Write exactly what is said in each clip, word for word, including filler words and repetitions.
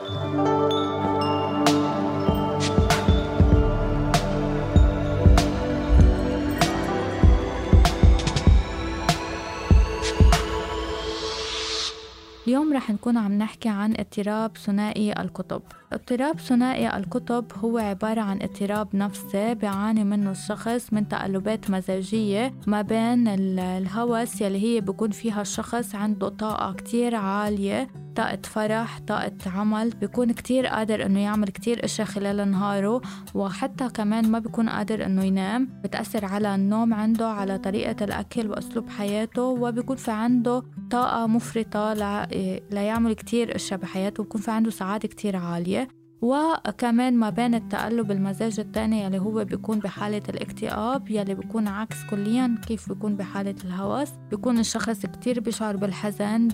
اليوم رح نكون عم نحكي عن اضطراب ثنائي القطب. اضطراب ثنائي القطب هو عبارة عن اضطراب نفسي بيعاني منه الشخص من تقلبات مزاجية ما بين الهوس يلي هي بيكون فيها الشخص عنده طاقة كتير عالية، طاقة فرح، طاقة عمل، بيكون كتير قادر انه يعمل كتير اشياء خلال نهاره، وحتى كمان ما بيكون قادر انه ينام، بتأثر على النوم عنده، على طريقة الاكل واسلوب حياته، وبيكون في عنده طاقة مفرطة ليعمل كتير اشياء بحياته، بيكون في عنده سعادة كتير عالية. وكمان ما بين التقلب المزاج الثاني يلي هو بيكون بحالة الاكتئاب، يلي بيكون عكس كليا كيف بيكون بحالة الهوس. بيكون الشخص كتير بيشعر بالحزن،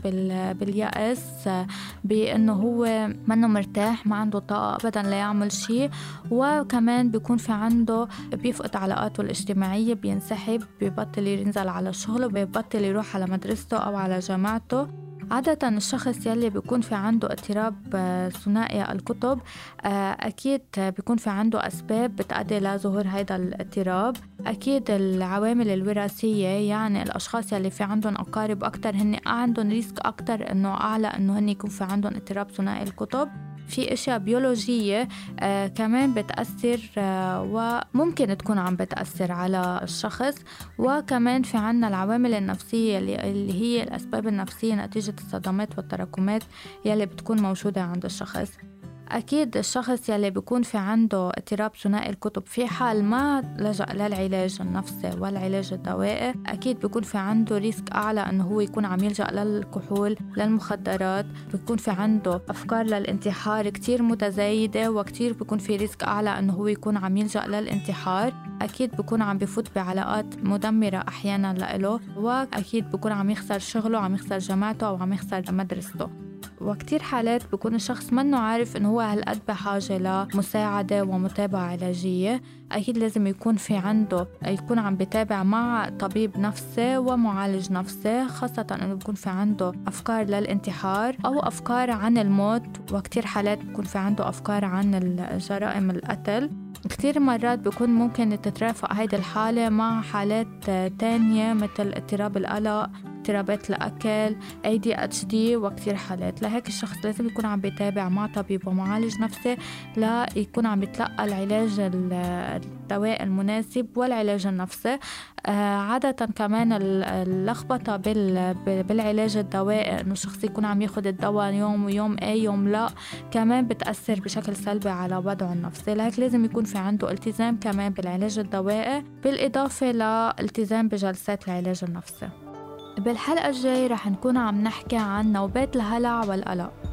باليأس، بأنه هو منه مرتاح، ما عنده طاقة أبدا ليعمل شيء. وكمان بيكون في عنده بيفقد علاقاته الاجتماعية، بينسحب، بيبطل ينزل على الشغل، بيبطل يروح على مدرسته أو على جامعته. عادة الشخص يلي بيكون في عنده اضطراب ثنائي القطب أكيد بيكون في عنده أسباب بتؤدي لظهور هذا الاضطراب. أكيد العوامل الوراثية، يعني الأشخاص يلي في عندهم أقارب أكتر هن عندهم ريسك أكتر إنه أعلى إنه هن يكون في عندهم اضطراب ثنائي القطب. في اشياء بيولوجية آه كمان بتأثر آه وممكن تكون عم بتأثر على الشخص. وكمان في عنا العوامل النفسية اللي, اللي هي الأسباب النفسية نتيجة الصدمات والتراكمات يلي بتكون موجودة عند الشخص. أكيد الشخص يلي بيكون في عنده اضطراب ثنائي القطب في حال ما لجأ للعلاج النفسي والعلاج الدوائي، أكيد بيكون في عنده ريسك أعلى أنه هو يكون عم يلجأ للكحول، للمخدرات، بيكون في عنده أفكار للانتحار كتير متزايدة، وكتير بيكون في ريسك أعلى أنه هو يكون عم يلجأ للانتحار. أكيد بيكون عم بفوت بعلاقات مدمرة أحيانا لإله، وأكيد بيكون عم يخسر شغله، عم يخسر جامعته، أو عم يخسر مدرسته. وكتير حالات بيكون الشخص منه عارف إنه هو هالقد بحاجة لمساعدة ومتابعة علاجية. أكيد لازم يكون في عنده يكون عم بتابع مع طبيب نفسي ومعالج نفسي، خاصة إنه بيكون في عنده أفكار للانتحار أو أفكار عن الموت، وكتير حالات بيكون في عنده أفكار عن جرائم القتل. كتير مرات بيكون ممكن تترافق هيدي الحالة مع حالات تانية مثل اضطراب القلق، اضطرابات الأكل، إيه دي إتش دي، وكتير حالات. لهيك الشخص لازم يكون عم بيتابع مع طبيب ومعالج نفسي لا يكون عم بيتلقى العلاج الدواء المناسب والعلاج النفسي. آه عادة كمان اللخبطة بالعلاج الدوائي إنه الشخص يكون عم ياخد الدواء يوم ويوم أي يوم لا، كمان بتأثر بشكل سلبي على وضعه النفسي. لهيك لازم يكون في عنده التزام كمان بالعلاج الدوائي، بالإضافة لالتزام بجلسات العلاج النفسي. بالحلقة الجاية رح نكون عم نحكي عن نوبات الهلع والقلق.